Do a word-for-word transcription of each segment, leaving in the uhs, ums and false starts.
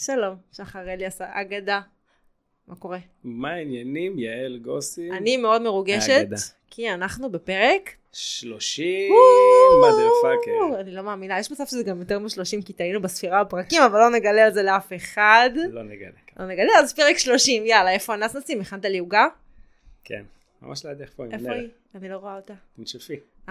שלום, שחר אליאס, אגדה. מה קורה? מה העניינים, יעל גוסי? אני מאוד מרוגשת, אגדה. כי אנחנו בפרק שלושים, מודרפאקר. אני לא מאמינה, יש מצב שזה גם יותר מ-שלושים, כי טעינו בספירה בפרקים, אבל לא נגלה על זה לאף אחד. לא נגלה. לא נגלה, אז פרק שלושים, יאללה, איפה הנסנסים? הכנת לי עוגה? כן, ממש ליד איפה היא. איפה היא? אני לא רואה אותה. תנשפי. אה.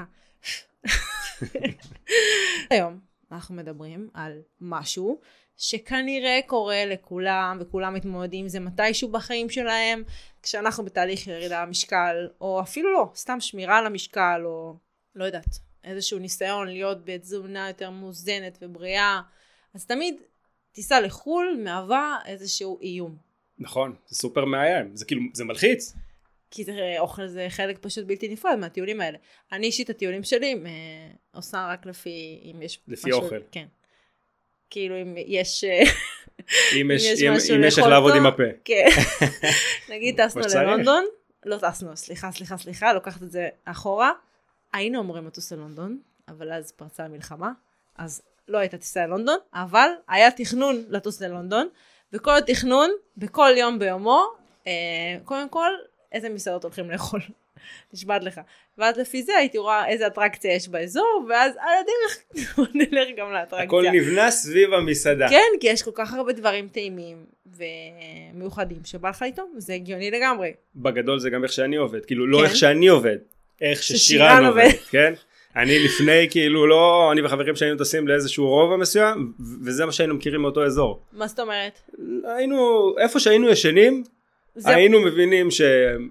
היום אנחנו מדברים על משהו שכנראה קורה לכולם, וכולם מתמודדים עם זה מתישהו בחיים שלהם, כשאנחנו בתהליך ירידה המשקל, או אפילו לא, סתם שמירה על המשקל, או לא יודעת, איזשהו ניסיון להיות בתזונה יותר מאוזנת ובריאה, אז תמיד טיסה לחול מהווה איזשהו איום. נכון, זה סופר מאיים, זה כאילו, זה מלחיץ. כי זה, אוכל זה חלק פשוט בלתי נפרד מהטיולים האלה. אני אישית הטיולים שלי עושה רק לפי, אם יש לפי משהו, אוכל. כן. כאילו אם יש, אם יש, אם יש, אם יש איך לעבוד עם הפה. כן. נגיד טסנו ללונדון, לא טסנו, סליחה, סליחה, סליחה, לוקחת את זה אחורה. היינו אמורים לטוס ללונדון, אבל אז פרצה המלחמה, אז לא הייתה טיסה ללונדון, אבל היה תכנון לטוס ללונדון, וכל התכנון, בכל יום ביומו, קודם כל, איזה מסעדות הולכים לאכול. נשבעת לך. ואז לפי זה הייתי רואה איזה אטרקציה יש באזור, ואז על הדרך נלך גם לאטרקציה. הכל נבנה סביב המסעדה. כן, כי יש כל כך הרבה דברים טעימים ומיוחדים שבא לך איתו, זה הגיוני לגמרי. בגדול זה גם איך שאני עובד, כאילו לא איך שאני עובד, איך ששירן ששירן עובד, כן? אני לפני כאילו לא, אני וחברים שהיינו טסים לאיזשהו רובע מסוים, וזה מה שהיינו מכירים מאותו אזור. מה זאת אומרת? היינו, איפה שהיינו ישנים, היינו מבינים ש...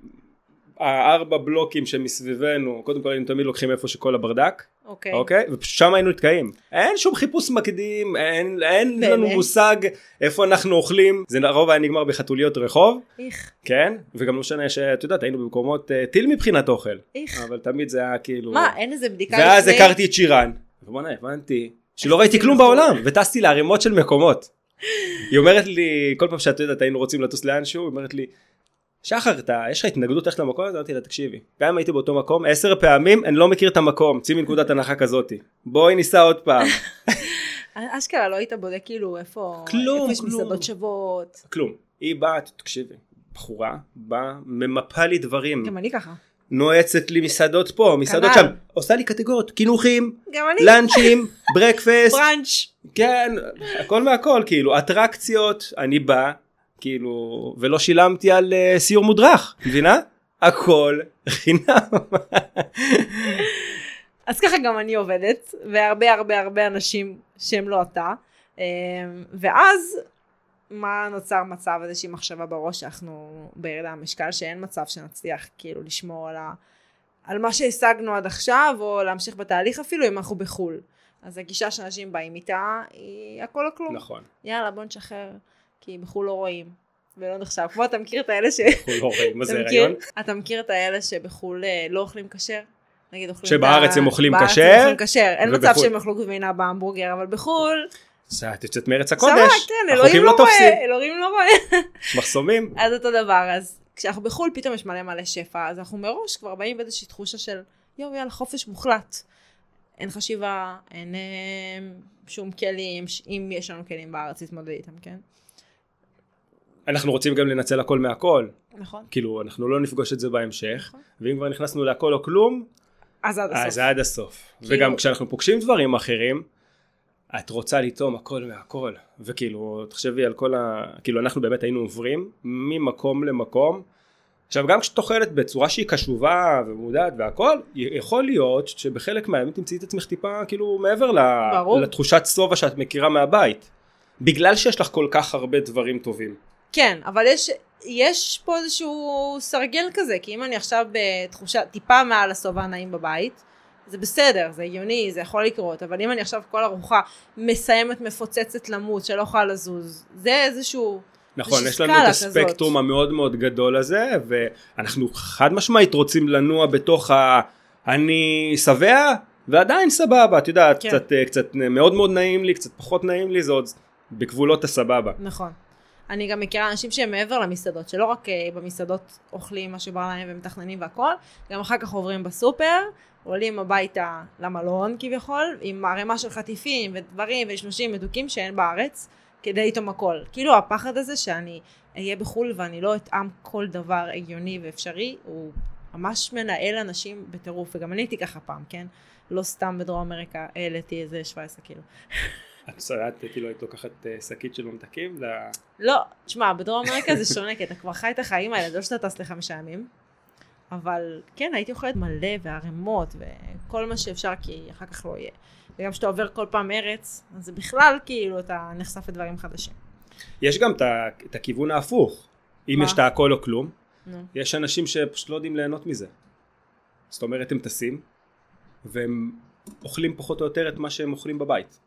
הארבע בלוקים שמסביבנו, קודם כל היינו תמיד לוקחים איפה שכל הברדק, אוקיי, אוקיי? ופשם היינו נתקעים. אין שום חיפוש מקדים, אין, אין לנו מושג איפה אנחנו אוכלים, זה לרוב היה נגמר בחתוליות רחוב, איך. כן? וגם לא משנה שאת יודעת, היינו במקומות uh, טיל מבחינת אוכל, איך. אבל תמיד זה היה כאילו... מה, אין איזה בדיקה ואז לפני... הכרתי את שירן, ובוא'נה, הבנתי, שלא ראיתי כלום בעולם, וטסתי לערימות של מקומות. היא אומרת לי, כל פעם שאת יודעת, היינו רוצים לטוס לאנשהו, היא אומרת לי, שחר, אתה, יש לך התנגדות איך למקום? אז אמרתי לה, תקשיבי, גם אם הייתי באותו מקום, עשר פעמים, אני לא מכיר את המקום, צאי מנקודת הנחה כזאת. בואי ניסע עוד פעם. אשכרה, לא היית בודק כאילו איפה, כלום, איפה יש כלום. מסעדות שוות. כלום. היא באה, תקשיבי, בחורה, באה, ממפה לי דברים. גם אני ככה. נועצת לי מסעדות פה, מסעדות שם. עושה לי קטגוריות, קינוחים, לנצ'ים, ברקפסט. ברנץ'. כן, הכל מהכל, כאילו, אטרקציות, אני בא. כאילו, ולא שילמתי על uh, סיור מודרך, מבינה? הכל חינם. אז ככה גם אני עובדת, והרבה הרבה הרבה אנשים שהם לא אתה, ואז מה נוצר מצב, איזושהי מחשבה בראש, שאנחנו בירידה המשקל, שאין מצב שנצליח כאילו לשמור על, ה, על מה שהשגנו עד עכשיו, או להמשיך בתהליך אפילו אם אנחנו בחול. אז הגישה שאנשים באים איתה, היא הכל או כלום. נכון. יאללה, בוא נשחרר. כי בחול לא רואים, ולא נחשב. כמו אתה מכיר את האלה ש... בחול לא רואים, מה זה רעיון? אתה מכיר את האלה שבחול לא אוכלים כשר? נגיד אוכלים... שבארץ הם אוכלים כשר? בארץ הם אוכלים כשר. אין מצב שהם אוכלו גבינה בהמבורגר, אבל בחול... זה, את יוצאת מארץ הקודש. כן, אלוהים לא רואה, אלוהים לא רואה. יש מחסומים. אז אותו דבר, אז כשאנחנו בחול פתאום יש מלא מלא שפע, אז אנחנו מראש כבר באים באיזושהי תחושה של, יו, יאללה, חופש מוחלט. אין חשיבה, אין שום כלים, אם יש לנו כלים בארץ, להתמודד איתם, כן? אנחנו רוצים גם לנצל הכל מהכל. נכון. כאילו, אנחנו לא נפגוש את זה בהמשך, נכון. ואם כבר נכנסנו להכל או כלום, אז עד הסוף. אז עד הסוף. כאילו... וגם כשאנחנו פוגשים דברים אחרים, את רוצה לטעום הכל מהכל, וכאילו, תחשבי על כל ה... כאילו, אנחנו באמת היינו עוברים ממקום למקום, עכשיו, גם כשאת אוכלת בצורה שהיא קשובה ומודעת והכל, יכול להיות שבחלק מהימים תמצאי את עצמך טיפה, כאילו, מעבר לתחושת סובה שאת מכירה מהבית, בגלל שיש לך כל כך הרבה דברים טובים. כן, אבל יש, יש פה איזשהו סרגל כזה, כי אם אני עכשיו בתחושה טיפה מעל הסובה הנעים בבית, זה בסדר, זה הגיוני, זה יכול לקרות, אבל אם אני עכשיו כל ארוחה מסיימת, מפוצצת למות, שלא יכולה לזוז, זה איזשהו... נכון, יש לנו את הספקטרום המאוד מאוד גדול הזה, ואנחנו חד משמעית רוצים לנוע בתוך ה... אני שבע, ועדיין סבבה, את יודעת, כן. קצת, קצת מאוד מאוד נעים לי, קצת פחות נעים לי, זה עוד בגבולות הסבבה. נכון. אני גם מכירה אנשים שהם מעבר למסעדות, שלא רק במסעדות אוכלים מה שבא להם ומתכננים והכל, גם אחר כך עוברים בסופר, עולים הביתה למלון כביכול, עם ערימה של חטיפים ודברים ושלושים מדוקים שאין בארץ, כדי לטעום הכל. כאילו הפחד הזה שאני אהיה בחול ואני לא אטעם כל דבר הגיוני ואפשרי, הוא ממש מנהל אנשים בטירוף, וגם אני הייתי ככה פעם, כן? לא סתם בדרום אמריקה, העליתי איזה שבע עשרה קילו. את סרט, כאילו היית לוקחת שקית של ממתקים? לא, תשמע, בדרום אמריקה זה שונה, כי אתה כבר חי את החיים האלה, לא שאתה טס לחמישה ימים, אבל כן, הייתי אוכלת מלא והרמות וכל מה שאפשר, כי אחר כך לא יהיה. וגם שאתה עובר כל פעם ארץ, אז זה בכלל כאילו אתה נחשף לדברים חדשים. יש גם את הכיוון ההפוך. אם יש את הכל או כלום, יש אנשים שפשוט לא יודעים ליהנות מזה. זאת אומרת, הם טסים, והם אוכלים פחות או יותר את מה שהם אוכלים בבית.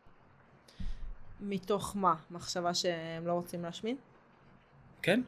מתוך מה? מחשבה שהם לא רוצים להשמין? כן.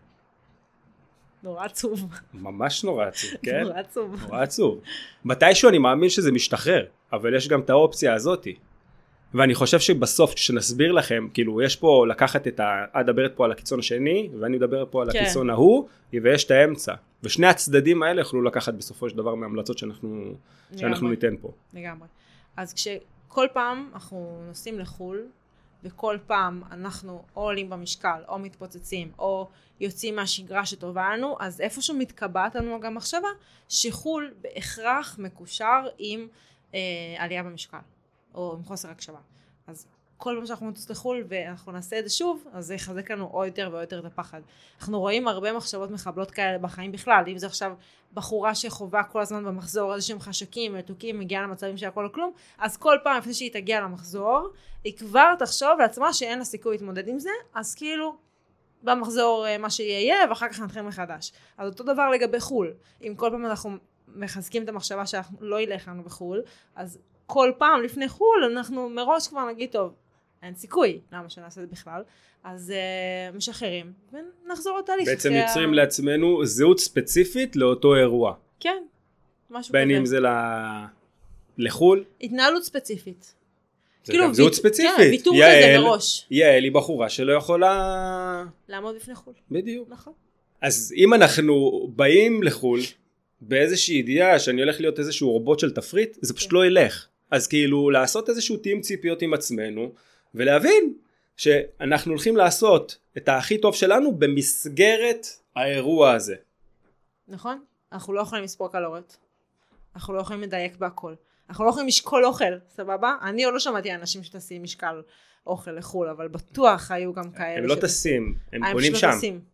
נורא עצוב. ממש נורא עצוב, כן? נורא עצוב. נורא עצוב. מתישהו אני מאמין שזה משתחרר, אבל יש גם את האופציה הזאת. ואני חושב שבסוף כשנסביר לכם, כאילו יש פה לקחת את ה... את מדברת פה על הקיצון השני, ואני מדבר פה על כן. הקיצון ההוא, ויש את האמצע. ושני הצדדים האלה יכולו לקחת בסופו של דבר מהמלצות שאנחנו, שאנחנו ניתן פה. לגמרי. אז כשכל פעם אנחנו נוסעים לחול, וכל פעם אנחנו או עולים במשקל, או מתפוצצים, או יוצאים מהשגרה שטובה לנו, אז איפשהו מתקבעת לנו גם מחשבה, שחול בהכרח מקושר עם אה, עלייה במשקל, או עם חוסר הקשבה. אז כל פעם שאנחנו נטוס לחול ואנחנו נעשה את זה שוב, אז זה יחזק לנו עוד יותר ויותר את הפחד. אנחנו רואים הרבה מחשבות מחבלות כאלה בחיים בכלל, אם זה עכשיו בחורה שחובה כל הזמן במחזור, איזה שהם חשקים, מתוקים, מגיעה למצבים שהכל או כלום, אז כל פעם לפני שהיא תגיע למחזור, היא כבר תחשוב לעצמה שאין לה סיכוי להתמודד עם זה, אז כאילו במחזור מה שיהיה, ואחר כך נתחיל מחדש. אז אותו דבר לגבי חול. אם כל פעם אנחנו מחזקים את המחשבה שלא ילך לנו בחול, אז כל פעם לפני חול אנחנו מראש כבר נגיד טוב, אין סיכוי, למה שנעשה את זה בכלל, אז uh, משחררים ונחזור לתהליך. בעצם יוצרים ה... לעצמנו זהות ספציפית לאותו אירוע. כן, משהו בין כזה. אם זה ל... לחול. התנהלות ספציפית. זה כאילו, גם זהות ספציפית. כן, ויתור כזה מראש. יעל היא בחורה שלא יכולה... לעמוד בפני חול. בדיוק. נכון. אז אם אנחנו באים לחול, באיזושהי ידיעה שאני הולך להיות איזשהו רובוט של תפריט, זה פשוט כן. לא ילך. אז כאילו לעשות איזשהו תיאום ציפיות עם עצמנו, ולהבין שאנחנו הולכים לעשות את הכי טוב שלנו במסגרת האירוע הזה. נכון? אנחנו לא יכולים לספור קלוריות. אנחנו לא יכולים לדייק בהכל. אנחנו לא יכולים לשקול אוכל, סבבה? אני עוד לא שמעתי אנשים שטסים משקל אוכל לחול, אבל בטוח היו גם כאלה. הם לא טסים, הם קונים שם.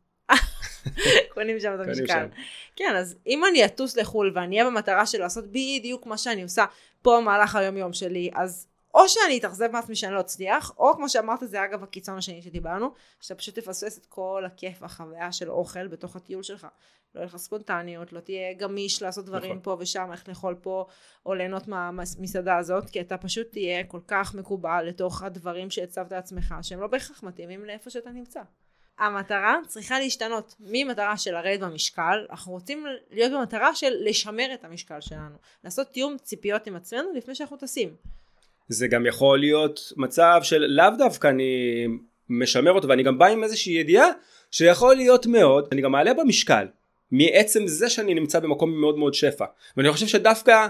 קונים שם את המשקל. כן, אז אם אני אטוס לחול ואני אהיה במטרה של לעשות בדיוק מה שאני עושה פה במהלך היום יום שלי, אז או שאני אתאכזב מעצמי שאני לא אצליח, או כמו שאמרת, זה אגב הקיצון השני שדיברנו, שאתה פשוט תפספס את כל הכיף והחוויה של אוכל בתוך הטיול שלך. לא יהיה לך ספונטניות, לא תהיה גמיש לעשות דברים נכון. פה ושם, איך לאכול פה, או ליהנות מהמסעדה הזאת, כי אתה פשוט תהיה כל כך מקובל לתוך הדברים שהצבת לעצמך, שהם לא בהכרח מתאימים לאיפה שאתה נמצא. המטרה צריכה להשתנות ממטרה של לרדת במשקל, אנחנו רוצים להיות במטרה של לשמר את המשקל שלנו, לעשות תיאום ציפיות עם עצמנו לפני שאנחנו טסים. זה גם יכול להיות מצב של לאו דווקא אני משמר אותו, ואני גם בא עם איזושהי ידיעה שיכול להיות מאוד, אני גם מעלה במשקל, מעצם זה שאני נמצא במקום מאוד מאוד שפע. ואני חושב שדווקא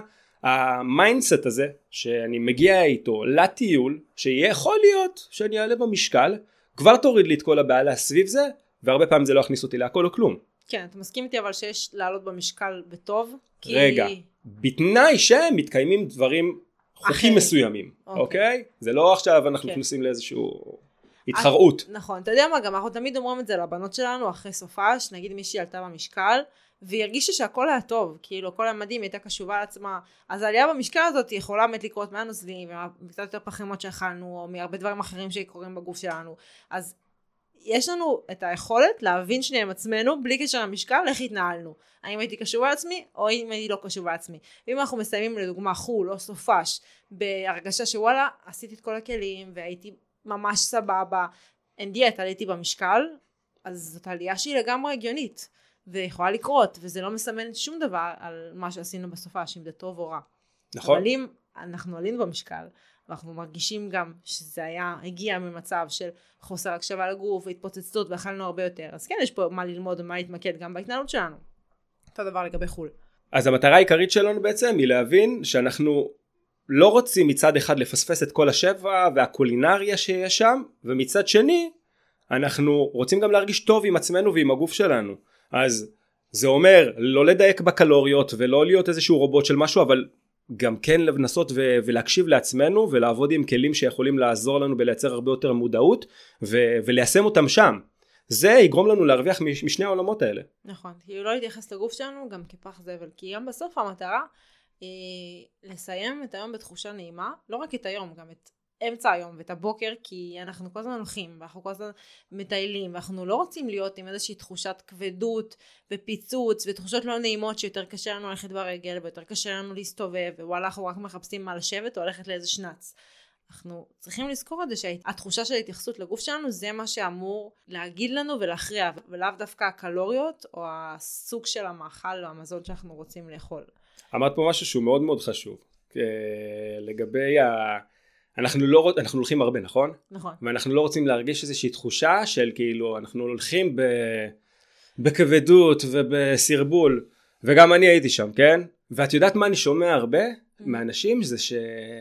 המיינדסט הזה, שאני מגיע איתו לטיול, שיהיה יכול להיות שאני אעלה במשקל, כבר תוריד לי את כל הבעיה סביב זה, והרבה פעמים זה לא הכניס אותי להכל או כלום. כן, אתה מסכים איתי אבל שיש לעלות במשקל בטוב? כי... רגע, בתנאי שהם מתקיימים דברים חוקים מסוימים, אוקיי? אוקיי? זה לא עכשיו אנחנו נכנסים לאיזשהו התחרות. נכון, אתה יודע מה, גם אנחנו תמיד אומרים את זה לבנות שלנו אחרי סופש, נגיד מישהי עלתה במשקל, והיא הרגישה שהכל היה טוב, כאילו הכל היה מדהים, היא הייתה קשובה לעצמה, אז העלייה במשקל הזאת היא יכולה באמת לקרות מהנוזלים, וקצת יותר פחמימות שאכלנו, או מהרבה דברים אחרים שקורים בגוף שלנו, אז יש לנו את היכולת להבין שנייה עם עצמנו, בלי קשר למשקל, איך התנהלנו, האם הייתי קשובה לעצמי, או אם הייתי לא קשובה לעצמי, ואם אנחנו מסיימים לדוגמה חול או סופש, בהרגשה שוואלה, עשיתי את כל הכלים, והייתי ממש סבבה, אין דיאטה, עליתי במשקל, אז זאת עלייה שהיא לגמרי הגיונית, ויכולה לקרות, וזה לא מסמן שום דבר על מה שעשינו בסופש, אם זה טוב או רע. נכון. אבל אם אנחנו עלינו במשקל, ואנחנו מרגישים גם שזה היה, הגיע ממצב של חוסר הקשבה לגוף, והתפוצצות, ואכלנו הרבה יותר, אז כן, יש פה מה ללמוד ומה להתמקד גם בהתנהלות שלנו. אותו דבר לגבי חול. אז המטרה העיקרית שלנו בעצם היא להבין שאנחנו לא רוצים מצד אחד לפספס את כל השבע והקולינריה שיש שם, ומצד שני אנחנו רוצים גם להרגיש טוב עם עצמנו ועם הגוף שלנו. אז זה אומר לא לדייק בקלוריות ולא להיות איזשהו רובוט של משהו, אבל גם כן לנסות ו- ולהקשיב לעצמנו ולעבוד עם כלים שיכולים לעזור לנו בלייצר הרבה יותר מודעות ו- וליישם אותם שם. זה יגרום לנו להרוויח משני העולמות האלה. נכון, כי לא להתייחס לגוף שלנו גם כפח זבל, כי גם בסוף המטרה היא לסיים את היום בתחושה נעימה, לא רק את היום, גם את אמצע היום ואת הבוקר, כי אנחנו כל הזמן הולכים ואנחנו כל הזמן מטיילים, ואנחנו לא רוצים להיות עם איזושהי תחושת כבדות ופיצוץ ותחושות לא נעימות שיותר קשה לנו ללכת ברגל ויותר קשה לנו להסתובב, ווואלה אנחנו רק מחפשים מה לשבת או ללכת לאיזה שנץ. אנחנו צריכים לזכור את זה שהתחושה של התייחסות לגוף שלנו זה מה שאמור להגיד לנו ולהכריע, ולאו דווקא הקלוריות או הסוג של המאכל או המזון שאנחנו רוצים לאכול. אמרת פה משהו שהוא מאוד מאוד חשוב, לגבי ה... אנחנו לא אנחנו הולכים הרבה, נכון? נכון. ואנחנו לא רוצים להרגיש איזושהי תחושה של כאילו אנחנו הולכים ב... בכבדות ובסרבול, וגם אני הייתי שם, כן? ואת יודעת מה אני שומע הרבה מאנשים, זה ש...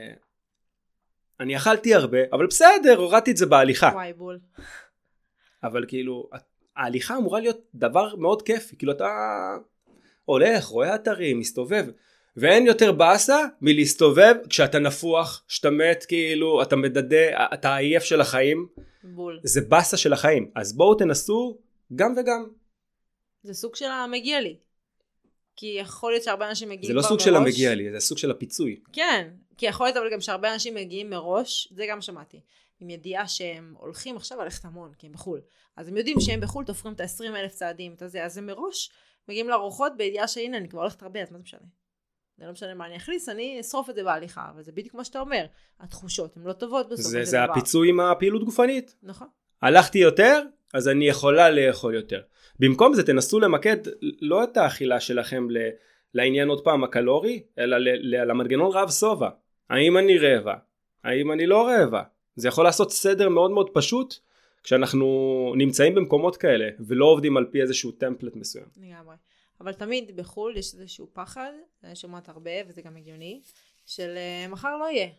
אני אכלתי הרבה, אבל בסדר, הורדתי את זה בהליכה. וואי בול. אבל כאילו, ההליכה אמורה להיות דבר מאוד כיפי, כאילו אתה הולך, רואה אתרים, מסתובב, ואין יותר באסה מלהסתובב כשאתה נפוח, שאתה מת, כאילו, אתה מדדה, אתה עייף של החיים. בול. זה באסה של החיים, אז בואו תנסו גם וגם. זה סוג של המגיע לי. כי יכול להיות שהרבה אנשים מגיעים כבר מראש. זה לא סוג של המגיע לי, זה סוג של הפיצוי. כן, כי יכול להיות אבל גם שהרבה אנשים מגיעים מראש, זה גם שמעתי, עם ידיעה שהם הולכים עכשיו ללכת המון, כי הם בחול. אז הם יודעים שהם בחול תופרים את ה-עשרים אלף צעדים, את הזה, אז הם מראש מגיעים לארוחות בידיעה שהנה אני כבר הולכת הרבה, אז מה זה משנה? זה לא משנה מה אני אכניס, אני אשרוף את זה בהליכה, אבל זה בדיוק מה שאתה אומר, התחושות הן לא טובות בסוף. זה, זה הפיצוי עם הפעילות גופנית. נכון. הלכתי יותר, אז אני יכולה לאכול יותר. במקום זה תנסו למקד לא את האכילה שלכם ל, לעניין עוד פעם הקלורי, אלא ל, ל, למנגנון רעב סובה. האם אני רעבה? האם אני לא רעבה? זה יכול לעשות סדר מאוד מאוד פשוט, כשאנחנו נמצאים במקומות כאלה, ולא עובדים על פי איזשהו טמפלט מסוים. לגמרי. אבל תמיד בחול יש איזשהו פחד, אני שומעת הרבה וזה גם הגיוני, של מחר לא יהיה.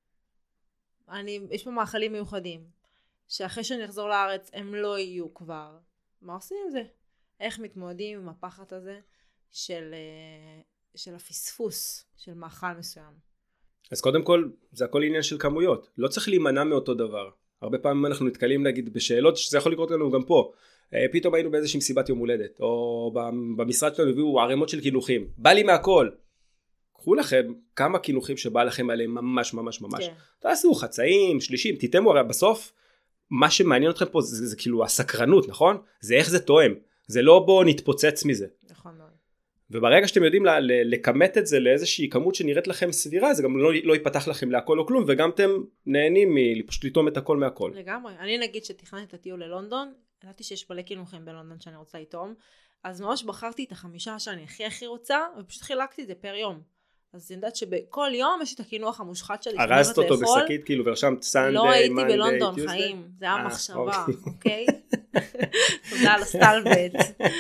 אני, יש פה מאכלים מיוחדים, שאחרי שאני אחזור לארץ הם לא יהיו כבר. מה עושים עם זה? איך מתמודדים עם הפחד הזה של, של הפספוס של מאכל מסוים? אז קודם כל, זה הכל עניין של כמויות. לא צריך להימנע מאותו דבר. הרבה פעמים אנחנו נתקלים נגיד בשאלות שזה יכול לקרות לנו גם פה. פתאום היינו באיזושהי מסיבת יום הולדת, או במשרד שלנו הביאו ערימות של קינוחים. בא לי מהכל. קחו לכם כמה קינוחים שבא לכם עליהם ממש ממש ממש. כן. תעשו חצאים, שלישים, תיתמו, הרי בסוף מה שמעניין אתכם פה זה, זה, זה כאילו הסקרנות, נכון? זה איך זה תואם. זה לא בוא נתפוצץ מזה. נכון מאוד. וברגע שאתם יודעים לכמת את זה לאיזושהי כמות שנראית לכם סבירה, זה גם לא, לא ייפתח לכם להכל או כלום, וגם אתם נהנים מפשוט לטעום את הכל מהכל. לגמרי. אני נגיד שתכננתי את הטיול ללונדון, ידעתי שיש מלא קינוחים בלונדון שאני רוצה לטעום, אז ממש בחרתי את החמישה שאני הכי הכי רוצה, ופשוט חילקתי את זה פר יום. אז אני יודעת שבכל יום יש את הקינוח המושחת שלי. הרסת אותו בשקית כאילו, ורשמת סנדיי, לא הייתי בלונדון חיים, זה היה מחשבה, אוקיי? תודה על הסטלבט.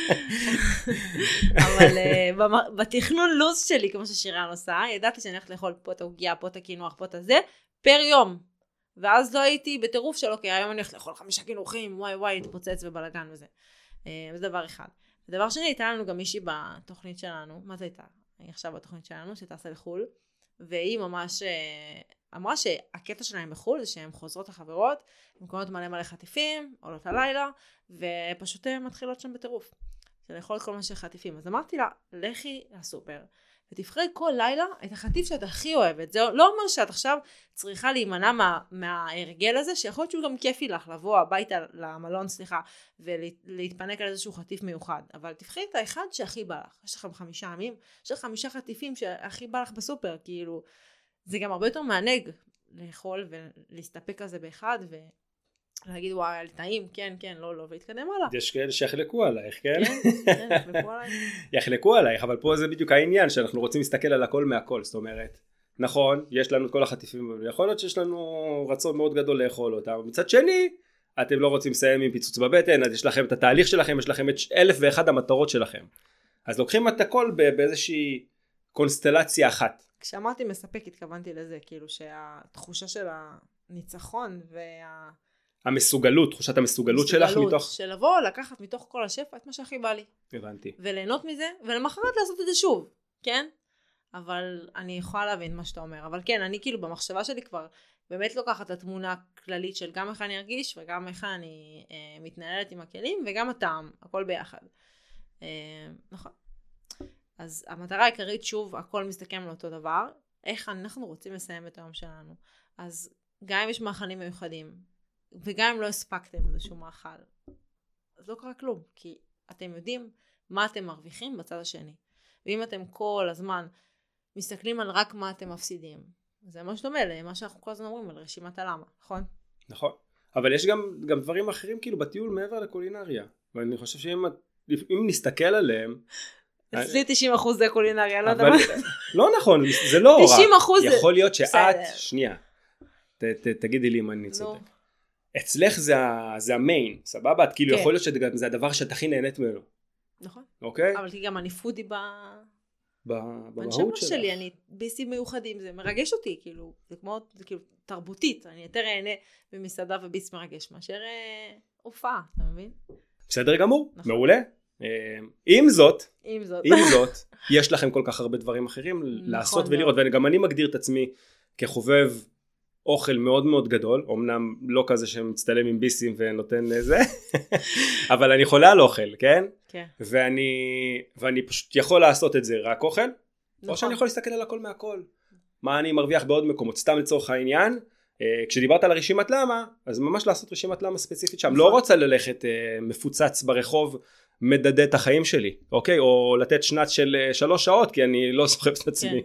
אבל בתכנון לו"ז שלי, כמו ששירן עושה, ידעתי שאני הולכת לאכול פה את ההוגיה, פה את הקינוח, פה את הזה, פר יום. ואז לא הייתי בטירוף של, אוקיי, היום אני הולכת לאכול חמישה קינוחים, וואי וואי, להתפוצץ ובלגן וזה. זה דבר אחד. ודבר שני, הייתה לנו גם מישהי בתוכנית שלנו, מה זה הייתה? היא עכשיו בתוכנית שלנו, שטסה לחול, והיא ממש אמרה שהקטע שלהם בחול, זה שהן חוזרות לחברות, הן קונות מלא מלא חטיפים, עולות הלילה, ופשוט מתחילות שם בטירוף. זה לאכול כל מה שחטיפים. אז אמרתי לה, לכי לסופר, ותבחרי כל לילה את החטיף שאת הכי אוהבת. זה לא אומר שאת עכשיו צריכה להימנע מה, מההרגל הזה, שיכול להיות שהוא גם כיפי לך לבוא הביתה למלון, סליחה, ולהתפנק על איזשהו חטיף מיוחד. אבל תבחרי את האחד שהכי בא לך. יש לכם חמישה ימים, יש לך חמישה חטיפים שהכי בא לך בסופר. כאילו, זה גם הרבה יותר מענג לאכול ולהסתפק כזה באחד, ו... להגיד וואי, על טעים, כן, כן, לא, לא, ולהתקדם הלאה. יש כאלה שיחלקו עלייך, כן? כן, כן, יחלקו עלייך. יחלקו עלייך, אבל פה זה בדיוק העניין, שאנחנו רוצים להסתכל על הכל מהכל, זאת אומרת, נכון, יש לנו את כל החטיפים, ויכול להיות שיש לנו רצון מאוד גדול לאכול אותם, מצד שני, אתם לא רוצים לסיים עם פיצוץ בבטן, אז יש לכם את התהליך שלכם, יש לכם את אלף ואחד המטרות שלכם. אז לוקחים את הכל באיזושהי קונסטלציה אחת. כשאמרתי מספק, התכוונתי לזה, כאילו שהתחושה של הניצחון וה... המסוגלות, תחושת המסוגלות שלך מתוך... של לבוא, לקחת מתוך כל השפע את מה שהכי בא לי. הבנתי. וליהנות מזה, ולמחרת לעשות את זה שוב, כן? אבל אני יכולה להבין מה שאתה אומר. אבל כן, אני כאילו במחשבה שלי כבר באמת לוקחת את התמונה הכללית של גם איך אני ארגיש, וגם איך אני אה, מתנהלת עם הכלים, וגם הטעם, הכל ביחד. אה, נכון. אז המטרה העיקרית, שוב, הכל מסתכם על אותו דבר. איך אנחנו רוצים לסיים את היום שלנו. אז גם אם יש מאכלים מיוחדים, וגם אם לא הספקתם איזשהו מאכל, אז לא קרה כלום, כי אתם יודעים מה אתם מרוויחים בצד השני. ואם אתם כל הזמן מסתכלים על רק מה אתם מפסידים, זה ממש דומה למה שאנחנו כל הזמן אומרים על רשימת הלמה, נכון? נכון. אבל יש גם, גם דברים אחרים כאילו בטיול מעבר לקולינריה. ואני חושב שאם אם נסתכל עליהם... אצלי תשעים אחוז זה קולינריה, לא יודע מה. לא נכון, זה לא רע. תשעים אחוז זה... יכול להיות שאת, שנייה, ת, ת, תגידי לי אם אני צודק. אצלך זה, זה המיין, סבבה? את כאילו יכול להיות שזה הדבר שאת הכי נהנית ממנו. נכון. אוקיי? אבל גם אני פודי ב... במהות שלך. שלי, אני ביסים מיוחדים, זה מרגש אותי, כאילו, זה כמו, זה כאילו תרבותית, אני יותר אהנה במסעדה וביס מרגש, מאשר הופעה, אתה מבין? בסדר גמור, מעולה. עם זאת, עם זאת, עם זאת, יש לכם כל כך הרבה דברים אחרים לעשות ולראות, וגם אני מגדיר את עצמי כחובב אוכל מאוד מאוד גדול, אמנם לא כזה שמצטלם עם ביסים ונותן זה, אבל אני חולה על אוכל, כן? כן. ואני, ואני פשוט יכול לעשות את זה רק אוכל, או שאני יכול להסתכל על הכל מהכל. מה אני מרוויח בעוד מקומות, סתם לצורך העניין, כשדיברת על הרשימת למה, אז ממש לעשות רשימת למה ספציפית שם, לא רוצה ללכת מפוצץ ברחוב, מדדה את החיים שלי, אוקיי? או לתת שנת של שלוש שעות, כי אני לא סוחב את עצמי.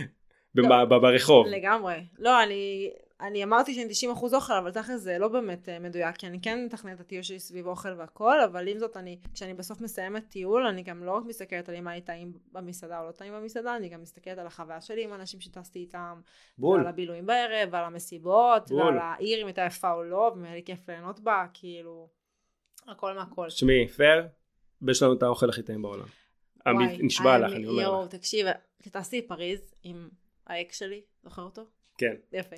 ברחוב. לגמרי. לא, אני, אני אמרתי שאני תשעים אחוז אוכל, אבל תכף זה לא באמת מדויק, כי אני כן מתכננת את הטיול שלי סביב אוכל והכל, אבל עם זאת, אני, כשאני בסוף מסיימת טיול, אני גם לא רק מסתכלת על אם היה טעים במסעדה או לא טעים במסעדה, אני גם מסתכלת על החוויה שלי עם אנשים שטסתי איתם, בול. ועל הבילויים בערב, ועל המסיבות, בול. ועל העיר אם הייתה יפה או לא, והיה לי כיף ליהנות בה, כאילו, הכל מהכל. שמי, פייר, יש לנו את האוכל הכי טעים בעולם. וואי, נשבע לך, אני אומר לך. יו, תקשיב, טסתי לפריז עם האקס שלי, זוכר אותו? כן. יפה.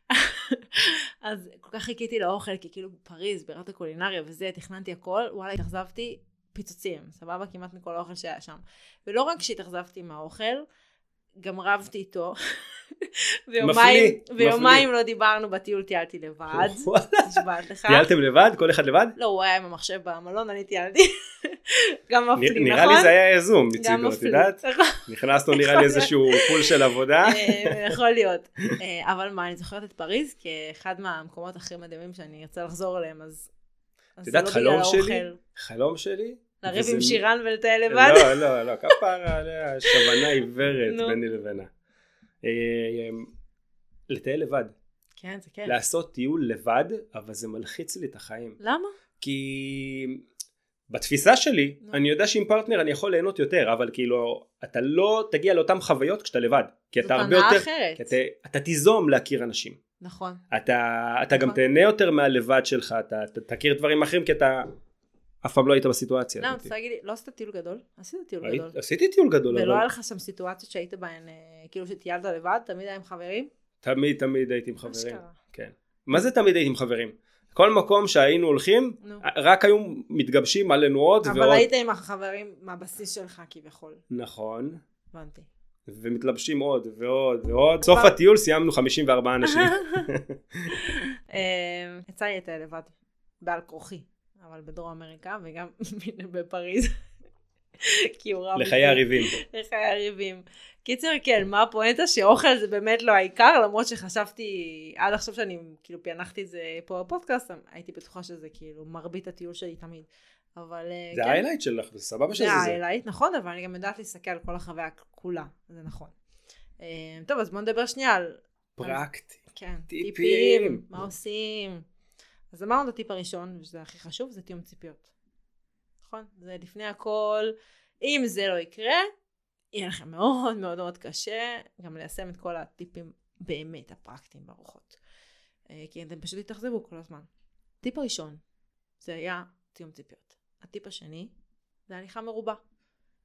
אז כל כך חיכיתי לאוכל, כי כאילו פריז, בירת הקולינריה וזה, תכננתי הכל, וואלה, התאכזבתי פיצוצים, סבבה? כמעט מכל האוכל שהיה שם. ולא רק שהתאכזבתי מהאוכל, גם רבתי איתו. ויומיים, ויומיים לא דיברנו בטיול, טיילתי לבד. נשבעת לך. טיילתם לבד? כל אחד לבד? לא, הוא היה עם המחשב במלון, אני טיילתי. גם מפליא, נכון? נראה לי זה היה יזום מצידו, את יודעת? נכנסנו נראה לי איזשהו פול של עבודה. יכול להיות. אבל מה, אני זוכרת את פריז כאחד מהמקומות הכי מדהימים שאני ארצה לחזור אליהם, אז את יודעת, חלום שלי, חלום שלי, לריב עם שירן ולטייל לבד? לא, לא, לא, כפרה עליה, שבנה עיוורת ביני לבינה. לטייל לבד. כן, זה כן. לעשות טיול לבד, אבל זה מלחיץ לי את החיים. למה? כי בתפיסה שלי, אני יודע שעם פרטנר אני יכול ליהנות יותר, אבל כאילו, אתה לא תגיע לאותן חוויות כשאתה לבד. כי אתה הרבה יותר, אחרת. כי אתה, אתה תיזום להכיר אנשים. נכון. אתה, אתה גם תהנה יותר מהלבד שלך, אתה, אתה תכיר דברים אחרים, כי אתה אף פעם לא היית בסיטואציה. לא, תגיד לי, לא עשית טיול גדול? עשית טיול גדול. עשיתי טיול גדול. ולא היה לך שם סיטואציות שהיית בהן, כאילו שטיילת לבד, תמיד היה עם חברים? תמיד, תמיד הייתי עם חברים. כן. מה זה תמיד הייתי עם חברים? כל מקום שהיינו הולכים, רק היו מתגבשים עלינו עוד ועוד. אבל היית עם החברים מהבסיס שלך כביכול. נכון. הבנתי. ומתלבשים עוד ועוד ועוד. סוף הטיול סיימנו חמישים וארבעה אנשים. יצא לי את לבד, בעל כורחי, אבל בדרום אמריקה וגם בפריז. לחיי הריבים. לחיי הריבים. קיצר, כן, מה הפואנטה? שאוכל זה באמת לא העיקר, למרות שחשבתי, עד עכשיו שאני כאילו פיענחתי את זה פה בפודקאסט, הייתי בטוחה שזה כאילו מרבית הטיול שלי תמיד. אבל זה ההיילייט שלך, זה סבבה שזה זה. זה ההיילייט, נכון, אבל אני גם יודעת להסתכל על כל החוויה כולה, זה נכון. טוב, אז בוא נדבר שנייה על... פרקטי. כן, טיפים, מה עושים? אז אמרנו את הטיפ הראשון, וזה הכי חשוב, זה תיאום ציפיות. נכון? זה לפני הכל, אם זה לא יקרה, יהיה לכם מאוד מאוד מאוד קשה, גם ליישם את כל הטיפים באמת הפרקטיים בארוחות. כי אתם פשוט תתאכזבו כל הזמן. טיפ הראשון, זה היה תיאום ציפיות. הטיפ השני, זה הליכה מרובה.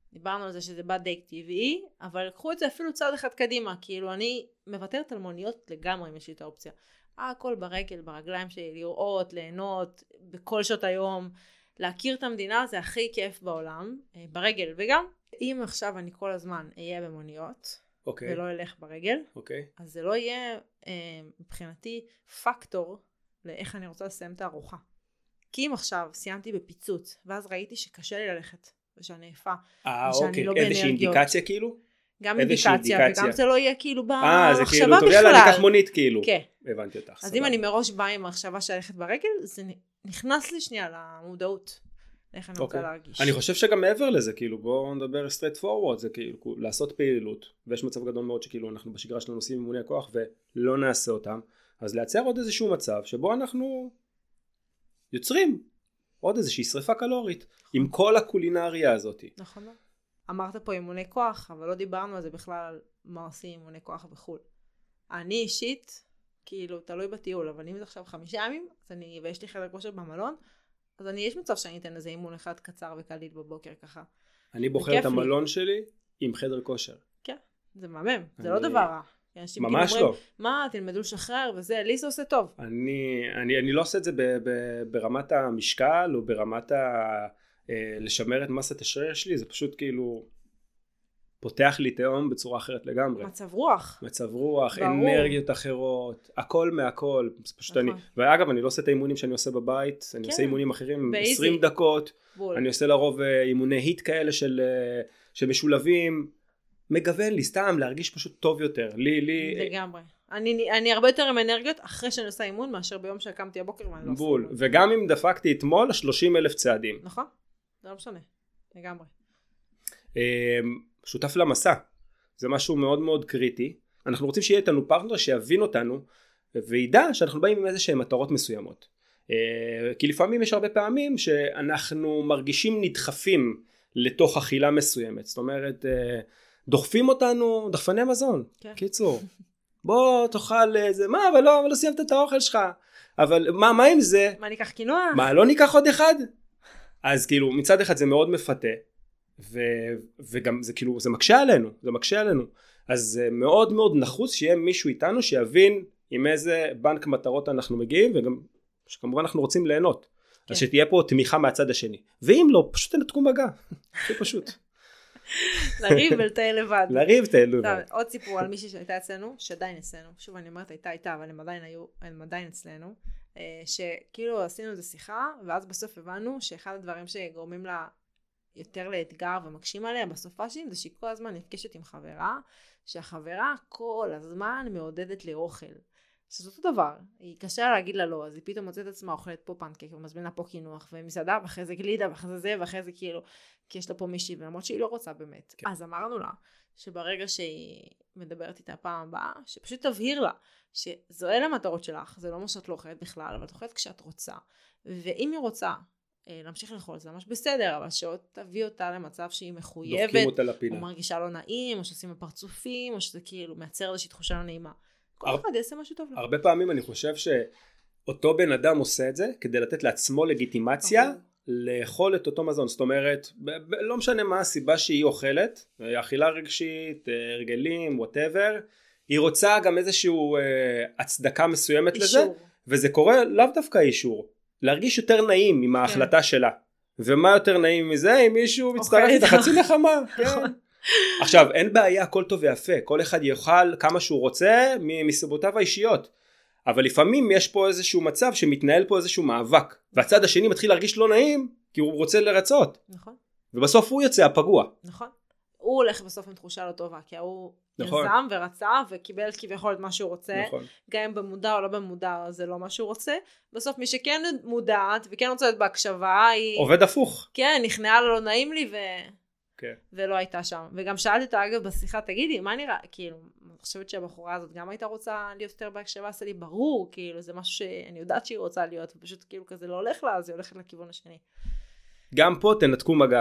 דיברנו על זה שזה בא די טבעי, אבל קחו את זה אפילו צעד אחד קדימה, כאילו אני מוותרת על מוניות לגמרי אם יש לי את האופציה. הכל ברגל, ברגליים שלי, לראות, ליהנות, בכל שעות היום, להכיר את המדינה זה הכי כיף בעולם, ברגל, וגם אם עכשיו אני כל הזמן אהיה במוניות, okay. ולא אלך ברגל, okay. אז זה לא יהיה מבחינתי פקטור לאיך אני רוצה לסיים את הארוחה. כי אם עכשיו סיימתי בפיצוץ, ואז ראיתי שקשה לי ללכת, ושאני עייפה, ושאני לא באנרגיות. איזושהי אינדיקציה כאילו? גם אינדיקציה, וגם זה לא יהיה כאילו במחשבה בכלל. אה, זה כאילו, טוב יאללה, אני אקח מונית כאילו. כן. הבנתי אותך. אז אם אני מראש באה עם המחשבה של ללכת ברגל, זה נכנס לי שנייה למודעות. איך אני רוצה להרגיש. אני חושב שגם מעבר לזה, כאילו, בואו נדבר straight forward, זה כאילו, לעשות פעילות, ויש מצב גדול מאוד שכאילו אנחנו בשגרה שלנו עושים אימוני הכוח, ולא נעשה אותם, אז לייצר עוד איזשהו מצב, שבו אנחנו יוצרים עוד איזושהי שריפה קלורית, עם כל הקולינריה הזאת. נכון. אמרת פה אימוני כוח, אבל לא דיברנו על זה בכלל, מה עושים אימוני כוח בחו"ל. אני אישית, כאילו, תלוי בטיול, אבל אם זה עכשיו חמישה ימים, אז אני, ויש לי חדר כושר במלון, אז אני, יש מצב שאני אתן איזה אימון אחד קצר וקליל בבוקר ככה. אני בוחר את המלון שלי עם חדר כושר. כן, זה מהמם, זה לא דבר רע. ממש לא. מה, תלמדו לשחרר וזה, לי זה עושה טוב. אני, אני, אני לא עושה את זה ב, ב, ברמת המשקל, או ברמת ה, לשמר את מסת השריר שלי, זה פשוט כאילו פותח לי תהום בצורה אחרת לגמרי. מצב רוח. מצב רוח, ברור. אנרגיות אחרות, הכל מהכל. פשוט אני, ואגב, אני לא עושה את האימונים שאני עושה בבית, אני כן. עושה אימונים אחרים, באיזי. עשרים דקות, בול. אני עושה לרוב אימוני היט כאלה של, שמשולבים, מגוון לי, סתם להרגיש פשוט טוב יותר. לי, לי... לגמרי. אני, אני הרבה יותר עם אנרגיות אחרי שאני עושה אימון, מאשר ביום שהקמתי הבוקר ואני לא עושה. בול. וגם אם דפקתי אתמול, שלושים אלף צעדים. נכון. זה לא משנה. לגמרי. שותף למסע. זה משהו מאוד מאוד קריטי. אנחנו רוצים שיהיה איתנו פרטנר שיבין אותנו, וידע שאנחנו באים עם איזה שהן מטרות מסוימות. כי לפעמים יש הרבה פעמים שאנחנו מרגישים נדחפים לתוך אכילה מסוימת. זאת אומרת, דוחפים אותנו, דחפני מזון. כן. קיצור. בוא תאכל איזה, מה, אבל לא, אבל לא סיימת את האוכל שלך. אבל מה, מה עם זה? מה, ניקח קינוח? מה, לא ניקח עוד אחד? אז כאילו, מצד אחד זה מאוד מפתה. ו, וגם זה כאילו, זה מקשה עלינו, זה מקשה עלינו. אז זה מאוד מאוד נחוץ שיהיה מישהו איתנו שיבין עם איזה בנק מטרות אנחנו מגיעים, וגם שכמובן אנחנו רוצים ליהנות. כן. אז שתהיה פה תמיכה מהצד השני. ואם לא, פשוט תנתקו מגע. זה פשוט. לריב ולטייל לבד. לריב ולטייל לבד. עוד סיפור על מישהי שהייתה אצלנו, שעדיין אצלנו, שוב אני אומרת הייתה איתה, אבל הם עדיין היו, הם עדיין אצלנו, שכאילו עשינו איזו שיחה, ואז בסוף הבנו שאחד הדברים שגורמים לה יותר לאתגר ומקשים עליה בסופה שלי, זה שהיא כל הזמן נפגשת עם חברה, שהחברה כל הזמן מעודדת לאוכל. שזה אותו דבר, היא קשה לה להגיד לה לא, אז היא פתאום מוצאת עצמה אוכלת פה פנקק ומזמינה פה קינוח ומסעדה ואחרי זה גלידה ואחרי זה זה ואחרי זה כאילו, כי יש לה פה מישהי ולמרות שהיא לא רוצה באמת. כן. אז אמרנו לה שברגע שהיא מדברת איתה פעם הבאה, שפשוט תבהיר לה שזו אלה המטרות שלך, זה לא מה שאת לא אוכלת בכלל, אבל את אוכלת כשאת רוצה, ואם היא רוצה להמשיך לאכול זה ממש בסדר, אבל שעוד תביא אותה למצב שהיא מחויבת, או מרגישה לא נעים, או שעושים בפרצופים, או שזה כאילו מייצר איזושהי תחושה לא נעימה. כל אחד יעשה משהו טוב לו. הרבה פעמים אני חושב שאותו בן אדם עושה את זה כדי לתת לעצמו לגיטימציה לאכול את אותו מזון. זאת אומרת, לא משנה מה הסיבה שהיא אוכלת, אכילה רגשית, הרגלים, whatever, היא רוצה גם איזשהו הצדקה מסוימת לזה, וזה קורה לאו דווקא אישור. להרגיש יותר נעים עם ההחלטה שלה. ומה יותר נעים מזה? אם מישהו מצטרף את החצי נחמה. כן. עכשיו, אין בעיה, הכל טוב ויפה, כל אחד יאכל כמה שהוא רוצה מסיבותיו האישיות, אבל לפעמים יש פה איזשהו מצב שמתנהל פה איזשהו מאבק, והצד השני מתחיל להרגיש לא נעים, כי הוא רוצה לרצות. נכון. ובסוף הוא יוצא הפגוע. נכון. הוא הולך בסוף עם תחושה לא טובה, כי הוא נכון. יזם ורצה, וקיבל כביכול את מה שהוא רוצה, נכון. גם אם במודע או לא במודע, זה לא מה שהוא רוצה. בסוף מי שכן מודעת, וכן רוצה להיות בהקשבה, היא... עובד הפוך. כן, נכנעה לו, לא נעים לי, ו... כן. ולא הייתה שם. וגם שאלתי אותה אגב בשיחה, תגידי, מה נראה, כאילו, אני חושבת שהבחורה הזאת גם הייתה רוצה להיות יותר בהקשבה, עשה לי ברור, כאילו, זה משהו שאני יודעת שהיא רוצה להיות, ופשוט כאילו כזה לא הולך לה, אז היא הולכת לכיוון השני. גם פה תנתקו מגע.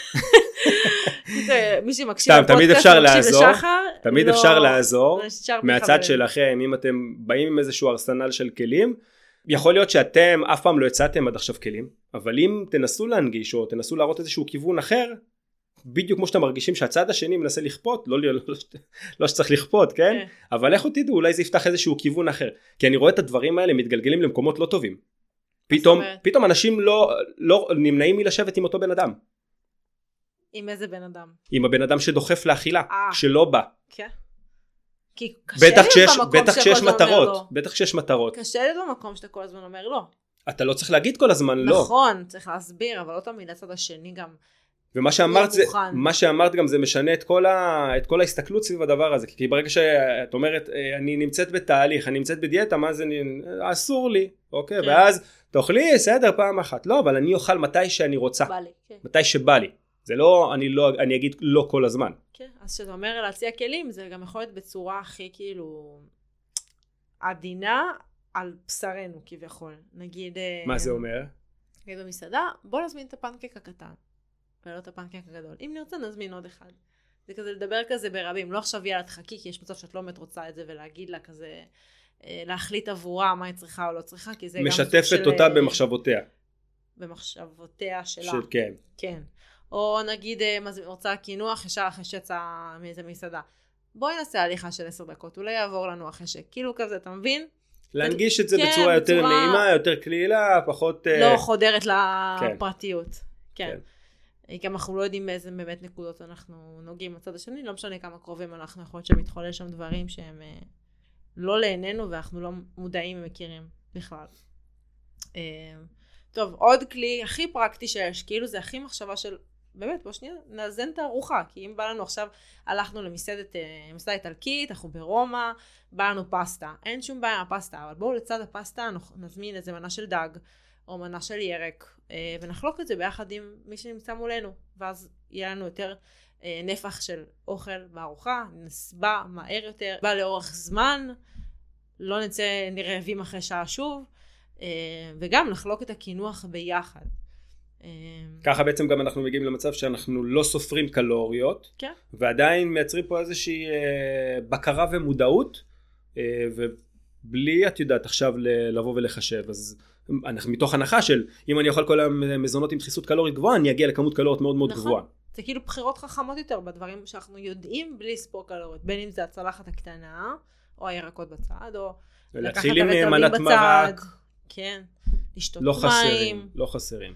מי שמקשיב לפודקאסט, מקשיב לשחר. תמיד אפשר לעזור, מהצד שלכם, אם אתם באים עם איזשהו ארסנל של כלים, יכול להיות שאתם אף פעם לא הצעתם עד עכשיו כלים, אבל אם תנסו להנגיש, או תנסו להראות איזשהו כיוון אחר, בדיוק כמו שאתם מרגישים שהצד השני מנסה לכפות, לא, לא, לא, לא שצריך לכפות, כן? Okay. אבל איך תדעו, אולי זה יפתח איזשהו כיוון אחר. כי אני רואה את הדברים האלה מתגלגלים למקומות לא טובים. פתאום, פתאום אנשים לא, לא נמנעים מלשבת עם אותו בן אדם. עם איזה בן אדם? עם הבן אדם שדוחף לאכילה, 아, שלא בא. כן. כי קשה להיות במקום בטח שיש שאתה כל הזמן אומר לא. בטח שיש מטרות. קשה להיות במקום שאתה כל הזמן אומר לא. אתה לא צריך להגיד כל הזמן לא. נכון, צריך להסביר, אבל לא תמיד הצד השני גם. ומה שאמרת זה, מה שאמרת גם זה משנה את כל ה, את כל ההסתכלות סביב הדבר הזה, כי ברגע שאת אומרת, אני נמצאת בתהליך, אני נמצאת בדיאטה, מה זה, אסור לי, אוקיי, כן. ואז תאכלי, בסדר, פעם אחת, לא, אבל אני אוכל מתי שאני רוצה, בא לי, כן. מתי שבא לי, זה לא, אני לא, אני אגיד לא כל הזמן. כן, אז שאתה אומר להציע כלים, זה גם יכול להיות בצורה הכי כאילו, עדינה על בשרנו כביכול, נגיד. מה זה אומר? נגיד במסעדה, בוא נזמין את הפנקק הקטן. ולא את הפנקק הגדול. אם נרצה נזמין עוד אחד. זה כזה לדבר כזה ברבים. לא עכשיו יאללה תחכי, כי יש מצב שאת לא באמת רוצה את זה, ולהגיד לה כזה, להחליט עבורה מה היא צריכה או לא צריכה, כי זה גם משתפת של... אותה במחשבותיה. במחשבותיה שלה. של, כן. כן. או נגיד, רוצה קינוח, ישר אחרי שיצא מאיזה מסעדה. בואי נעשה הליכה של עשר דקות, אולי יעבור לנו אחרי שכאילו כזה, אתה מבין? להנגיש את זה כן, בצורה יותר בצורה... נעימה, יותר כלילה, פחות... לא חודרת לפרטיות. כן. כן. גם אנחנו לא יודעים באיזה באמת נקודות אנחנו נוגעים בצד השני, לא משנה כמה קרובים אנחנו, יכול להיות שמתחולל שם דברים שהם לא לעינינו ואנחנו לא מודעים ומכירים בכלל. טוב, עוד כלי הכי פרקטי שיש, כאילו זה הכי מחשבה של, באמת, בוא שנייה, נאזן את הארוחה, כי אם בא לנו עכשיו, הלכנו למסעדת, מסעדה איטלקית, אנחנו ברומא, בא לנו פסטה, אין שום בעיה הפסטה, אבל בואו לצד הפסטה נזמין איזה מנה של דג, או מנה של ירק, ונחלוק את זה ביחד עם מי שנמצא מולנו, ואז יהיה לנו יותר נפח של אוכל בארוחה, נסבע מהר יותר, בא לאורך זמן, לא נצא נרעבים אחרי שעה שוב, וגם נחלוק את הקינוח ביחד. ככה בעצם גם אנחנו מגיעים למצב שאנחנו לא סופרים קלוריות, כן. ועדיין מייצרים פה איזושהי בקרה ומודעות, ובלי את יודעת עכשיו לבוא ולחשב, אז אנחנו מתוך הנחה של אם אני אוכל כל המזונות עם דחיסות קלורית גבוהה, אני אגיע לכמות קלוריות מאוד מאוד נכון. גבוהה. זה כאילו בחירות חכמות יותר בדברים שאנחנו יודעים בלי לספור קלוריות, בין אם זה הצלחת הקטנה, או הירקות בצד, או לקחת הרטבים בצד. מרק. כן, לשתות לא מים. חסרים, לא חסרים.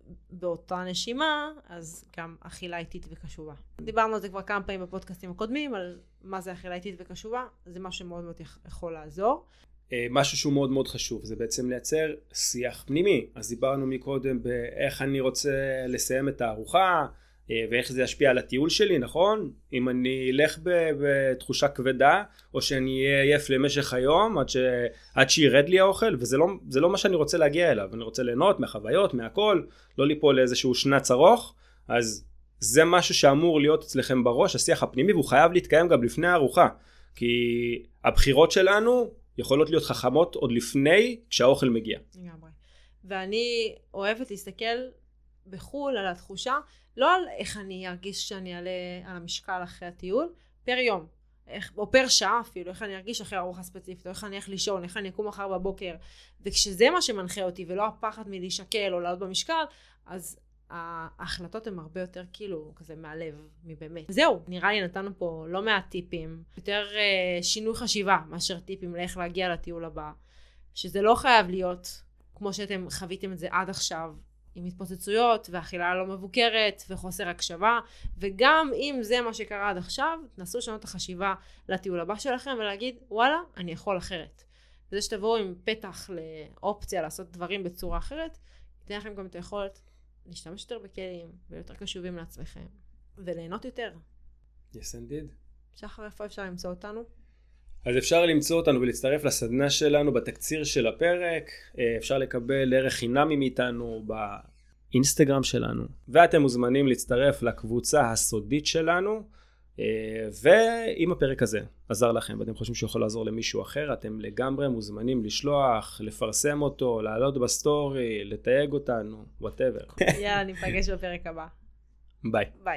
באותה נשימה, אז גם אכילה איטית וקשובה. דיברנו על זה כבר כמה פעמים בפודקאסטים הקודמים, על מה זה אכילה איטית וקשובה, זה משהו שמאוד מאוד יכול לעזור. משהו שהוא מאוד מאוד חשוב, זה בעצם לייצר שיח פנימי. אז דיברנו מקודם באיך אני רוצה לסיים את הארוחה, ואיך זה ישפיע על הטיול שלי, נכון? אם אני אלך בתחושה כבדה, או שאני אהיה עייף למשך היום, עד, ש... עד שירד לי האוכל, וזה לא, זה לא מה שאני רוצה להגיע אליו. אני רוצה ליהנות מהחוויות, מהכל, לא ליפול לאיזשהו שנץ ארוך, אז זה משהו שאמור להיות אצלכם בראש, השיח הפנימי, והוא חייב להתקיים גם לפני הארוחה. כי הבחירות שלנו יכולות להיות חכמות עוד לפני כשהאוכל מגיע. לגמרי. ואני אוהבת להסתכל בחול על התחושה, לא על איך אני ארגיש שאני אעלה על המשקל אחרי הטיול, פר יום, איך, או פר שעה אפילו, איך אני ארגיש אחרי ארוחה ספציפית, או איך אני איך לישון, איך אני אקום מחר בבוקר, וכשזה מה שמנחה אותי, ולא הפחד מלהישקל או לעלות במשקל, אז ההחלטות הן הרבה יותר כאילו כזה מהלב, מבאמת. זהו, נראה לי נתנו פה לא מעט טיפים, יותר uh, שינוי חשיבה מאשר טיפים לאיך להגיע לטיול הבא, שזה לא חייב להיות כמו שאתם חוויתם את זה עד עכשיו, עם התפוצצויות ואכילה לא מבוקרת וחוסר הקשבה, וגם אם זה מה שקרה עד עכשיו, תנסו לשנות את החשיבה לטיול הבא שלכם ולהגיד וואלה, אני יכול אחרת. וזה שתבואו עם פתח לאופציה לעשות דברים בצורה אחרת, ייתן לכם גם את היכולת להשתמש יותר בכלים ויותר קשובים לעצמכם וליהנות יותר. Yes indeed. שחר, איפה אפשר למצוא אותנו? אז אפשר למצוא אותנו ולהצטרף לסדנה שלנו בתקציר של הפרק, אפשר לקבל ערך חינמי מאיתנו באינסטגרם שלנו, ואתם מוזמנים להצטרף לקבוצה הסודית שלנו, ואם הפרק הזה עזר לכם ואתם חושבים שיכול לעזור למישהו אחר, אתם לגמרי מוזמנים לשלוח, לפרסם אותו, לעלות בסטורי, לתייג אותנו, whatever. יאללה, ניפגש בפרק הבא. ביי. ביי.